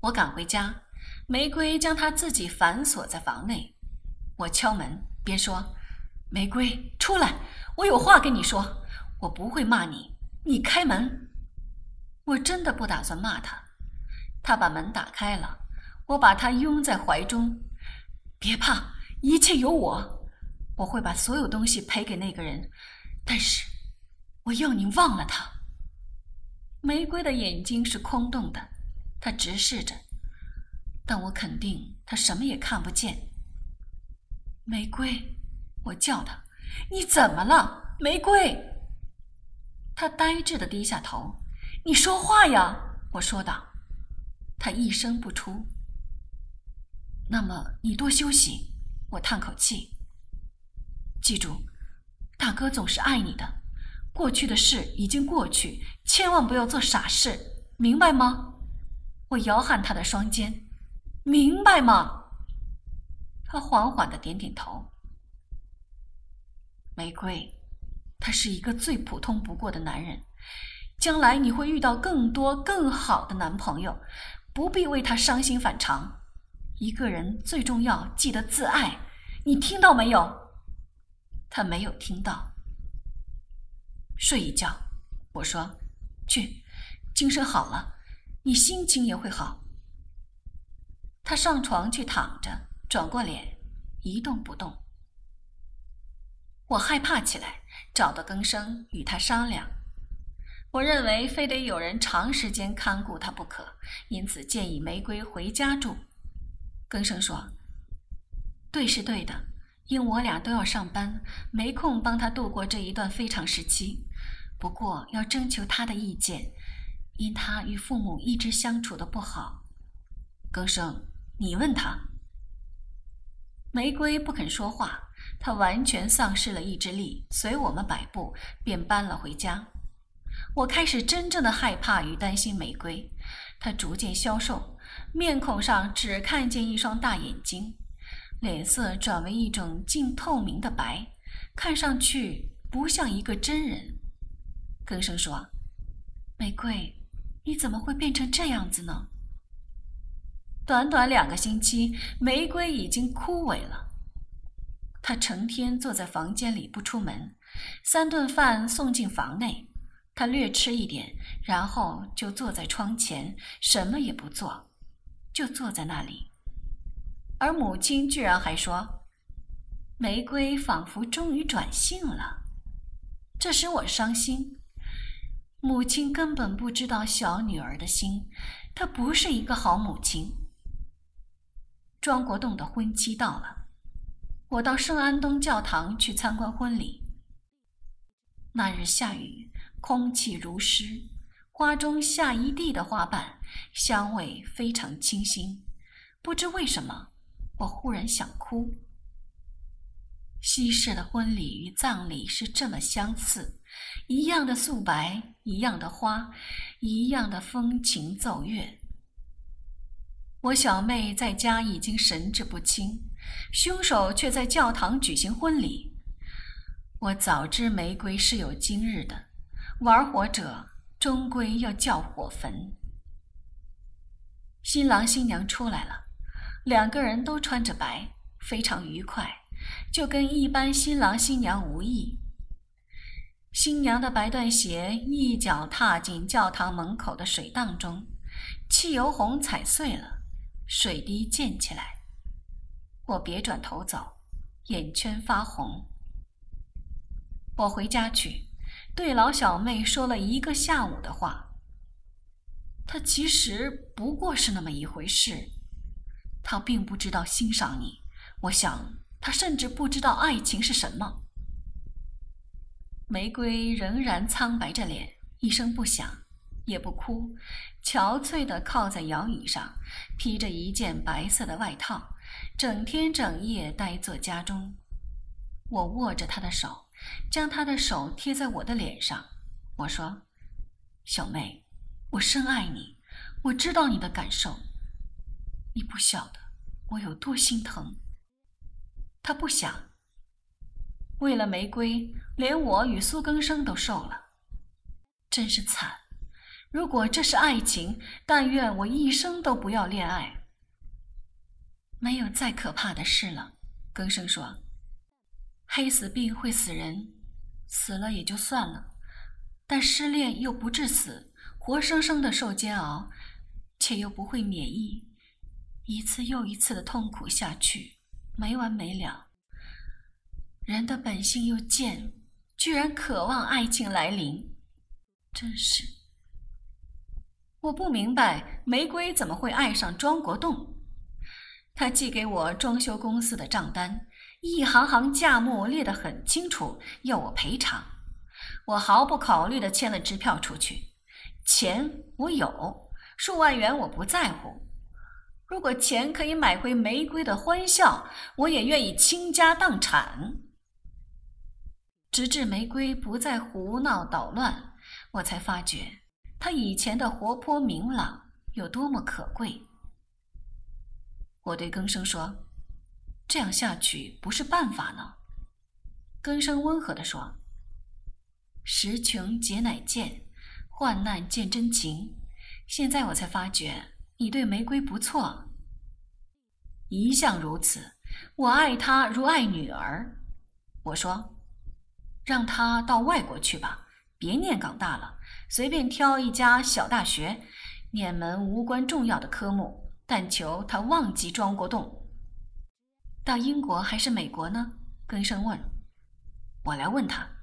我赶回家，玫瑰将她自己反锁在房内。我敲门，边说：玫瑰，出来，我有话跟你说。我不会骂你，你开门。我真的不打算骂她。她把门打开了，我把她拥在怀中。别怕，一切有我，我会把所有东西赔给那个人，但是我要你忘了他。玫瑰的眼睛是空洞的，她直视着，但我肯定她什么也看不见。玫瑰，我叫她，你怎么了，玫瑰？她呆滞地低下头。你说话呀，我说道。她一声不出。那么你多休息，我叹口气。记住，大哥总是爱你的，过去的事已经过去，千万不要做傻事，明白吗？我摇撼他的双肩。明白吗？他缓缓地点点头。玫瑰，他是一个最普通不过的男人，将来你会遇到更多更好的男朋友，不必为他伤心反常。一个人最重要，记得自爱，你听到没有？他没有听到。睡一觉，我说，去，精神好了，你心情也会好。他上床去躺着，转过脸，一动不动。我害怕起来，找到更生与他商量。我认为非得有人长时间看顾他不可，因此建议玫瑰回家住。更生说，对是对的，因我俩都要上班，没空帮他度过这一段非常时期。不过要征求他的意见，因他与父母一直相处得不好。更生，你问他。玫瑰不肯说话，她完全丧失了意志力，随我们摆布，便搬了回家。我开始真正的害怕与担心玫瑰，她逐渐消瘦，面孔上只看见一双大眼睛，脸色转为一种近透明的白，看上去不像一个真人。更生说，玫瑰，你怎么会变成这样子呢？短短2个星期，玫瑰已经枯萎了。她成天坐在房间里不出门，3顿饭送进房内，她略吃一点，然后就坐在窗前，什么也不做，就坐在那里。而母亲居然还说，玫瑰仿佛终于转性了，这使我伤心。母亲根本不知道小女儿的心，她不是一个好母亲。庄国栋的婚期到了，我到圣安东教堂去参观婚礼。那日下雨，空气如湿，花中下一地的花瓣，香味非常清新。不知为什么，我忽然想哭。西式的婚礼与葬礼是这么相似，一样的素白，一样的花，一样的风琴奏乐。我小妹在家已经神志不清，凶手却在教堂举行婚礼。我早知玫瑰是有今日的，玩火者终归要叫火焚。新郎新娘出来了，2个人都穿着白，非常愉快，就跟一般新郎新娘无异。新娘的白缎鞋一脚踏进教堂门口的水荡中，汽油红踩碎了，水滴溅起来。我别转头走，眼圈发红。我回家去，对老小妹说了1个下午的话。她其实不过是那么一回事，她并不知道欣赏你，我想她甚至不知道爱情是什么。玫瑰仍然苍白着脸，一声不响，也不哭，憔悴地靠在摇椅上，披着一件白色的外套，整天整夜呆坐家中。我握着她的手，将她的手贴在我的脸上。我说，小妹，我深爱你，我知道你的感受，你不晓得我有多心疼。她不想。为了玫瑰，连我与苏更生都瘦了，真是惨。 如果这是爱情，但愿我一生都不要恋爱。没有再可怕的事了，更生说。黑死病会死人，死了也就算了，但失恋又不致死，活生生的受煎熬，且又不会免疫，一次又一次的痛苦下去，没完没了。人的本性又贱，居然渴望爱情来临，真是……我不明白玫瑰怎么会爱上庄国栋。他寄给我装修公司的账单，一行行价目列得很清楚，要我赔偿。我毫不考虑地签了支票出去。钱我有，数万元我不在乎。如果钱可以买回玫瑰的欢笑，我也愿意倾家荡产。直至玫瑰不再胡闹捣乱，我才发觉她以前的活泼明朗有多么可贵。我对更生说，这样下去不是办法呢。更生温和地说，时穷节乃见，患难见真情。现在我才发觉你对玫瑰不错。一向如此，我爱她如爱女儿。我说，让她到外国去吧，别念港大了，随便挑一家小大学，念门无关重要的科目，但求她忘记庄国栋。到英国还是美国呢？更生问。我来问他。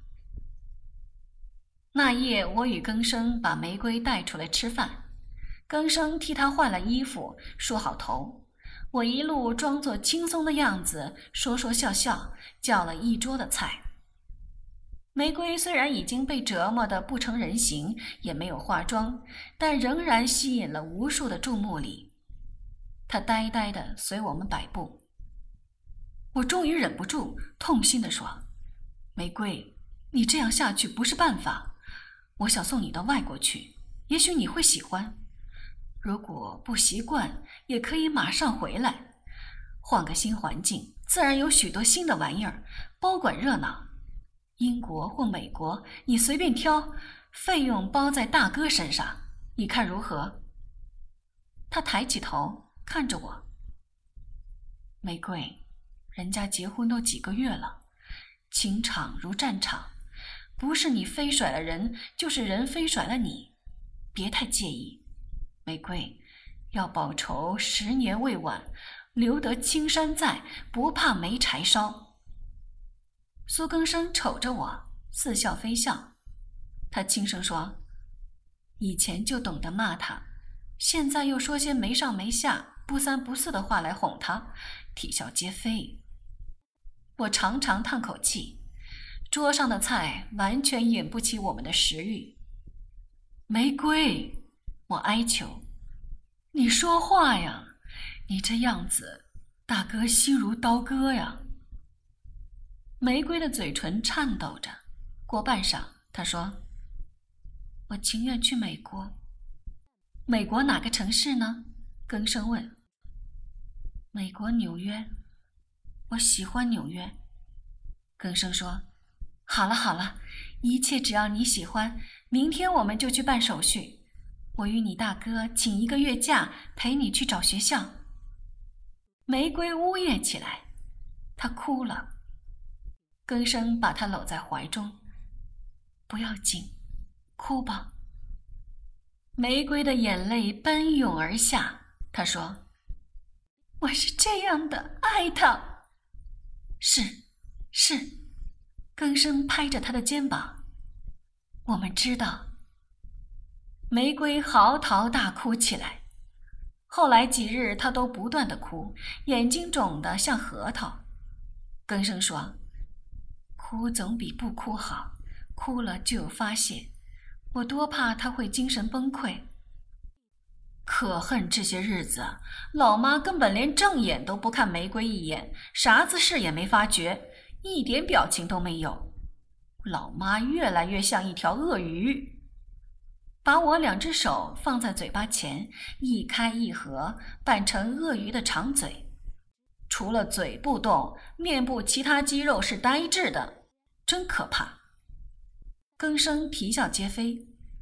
那夜我与更生把玫瑰带出来吃饭，更生替她换了衣服，梳好头，我一路装作轻松的样子，说说笑笑，叫了一桌的菜。玫瑰虽然已经被折磨得不成人形，也没有化妆，但仍然吸引了无数的注目礼。她呆呆地随我们摆布。我终于忍不住，痛心地说，玫瑰，你这样下去不是办法，我想送你到外国去，也许你会喜欢。如果不习惯，也可以马上回来，换个新环境，自然有许多新的玩意儿，包管热闹。英国或美国，你随便挑，费用包在大哥身上，你看如何？他抬起头看着我。玫瑰，人家结婚都几个月了，情场如战场，不是你飞甩了人，就是人飞甩了你，别太介意。玫瑰，要报仇10年未晚，留得青山在，不怕没柴烧。苏更生瞅着我，似笑非笑。他轻声说，以前就懂得骂他，现在又说些没上没下、不三不四的话来哄他，啼笑皆非。我长长叹口气，桌上的菜完全引不起我们的食欲。玫瑰，我哀求，你说话呀，你这样子，大哥心如刀割呀。玫瑰的嘴唇颤抖着，过半晌，她说，我情愿去美国。美国哪个城市呢？更生问。美国纽约，我喜欢纽约。更生说，好了好了，一切只要你喜欢，明天我们就去办手续，我与你大哥请1个月假，陪你去找学校。玫瑰呜咽起来，她哭了。更生把她搂在怀中，不要紧，哭吧。玫瑰的眼泪奔涌而下，她说，我是这样的爱他。是，更生拍着她的肩膀，我们知道。玫瑰嚎啕大哭起来，后来几日她都不断地哭，眼睛肿得像核桃。更生说，哭总比不哭好，哭了就有发泄，我多怕她会精神崩溃。可恨这些日子，老妈根本连正眼都不看玫瑰一眼，啥子事也没发觉，一点表情都没有。老妈越来越像一条鳄鱼，把我2只手放在嘴巴前，一开一合，扮成鳄鱼的长嘴。除了嘴不动，面部其他肌肉是呆滞的，真可怕。更生啼笑皆非。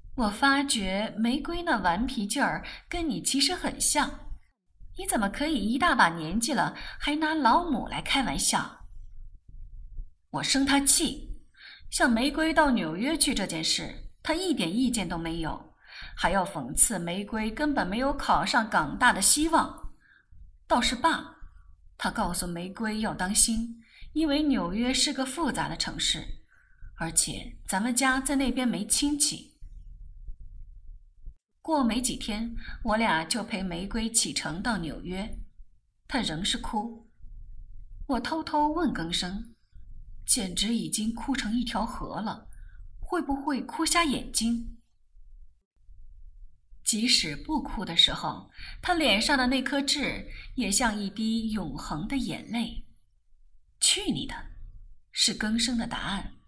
我发觉玫瑰那顽皮劲儿跟你其实很像，你怎么可以一大把年纪了还拿老母来开玩笑？我生他气，像玫瑰到纽约去这件事，他一点意见都没有，还要讽刺玫瑰根本没有考上港大的希望。倒是爸，他告诉玫瑰要当心，因为纽约是个复杂的城市，而且咱们家在那边没亲戚。过没几天，我俩就陪玫瑰启程到纽约，她仍是哭。我偷偷问更生，简直已经哭成一条河了，会不会哭瞎眼睛？即使不哭的时候，她脸上的那颗痣也像一滴永恒的眼泪。去你的，是更生的答案。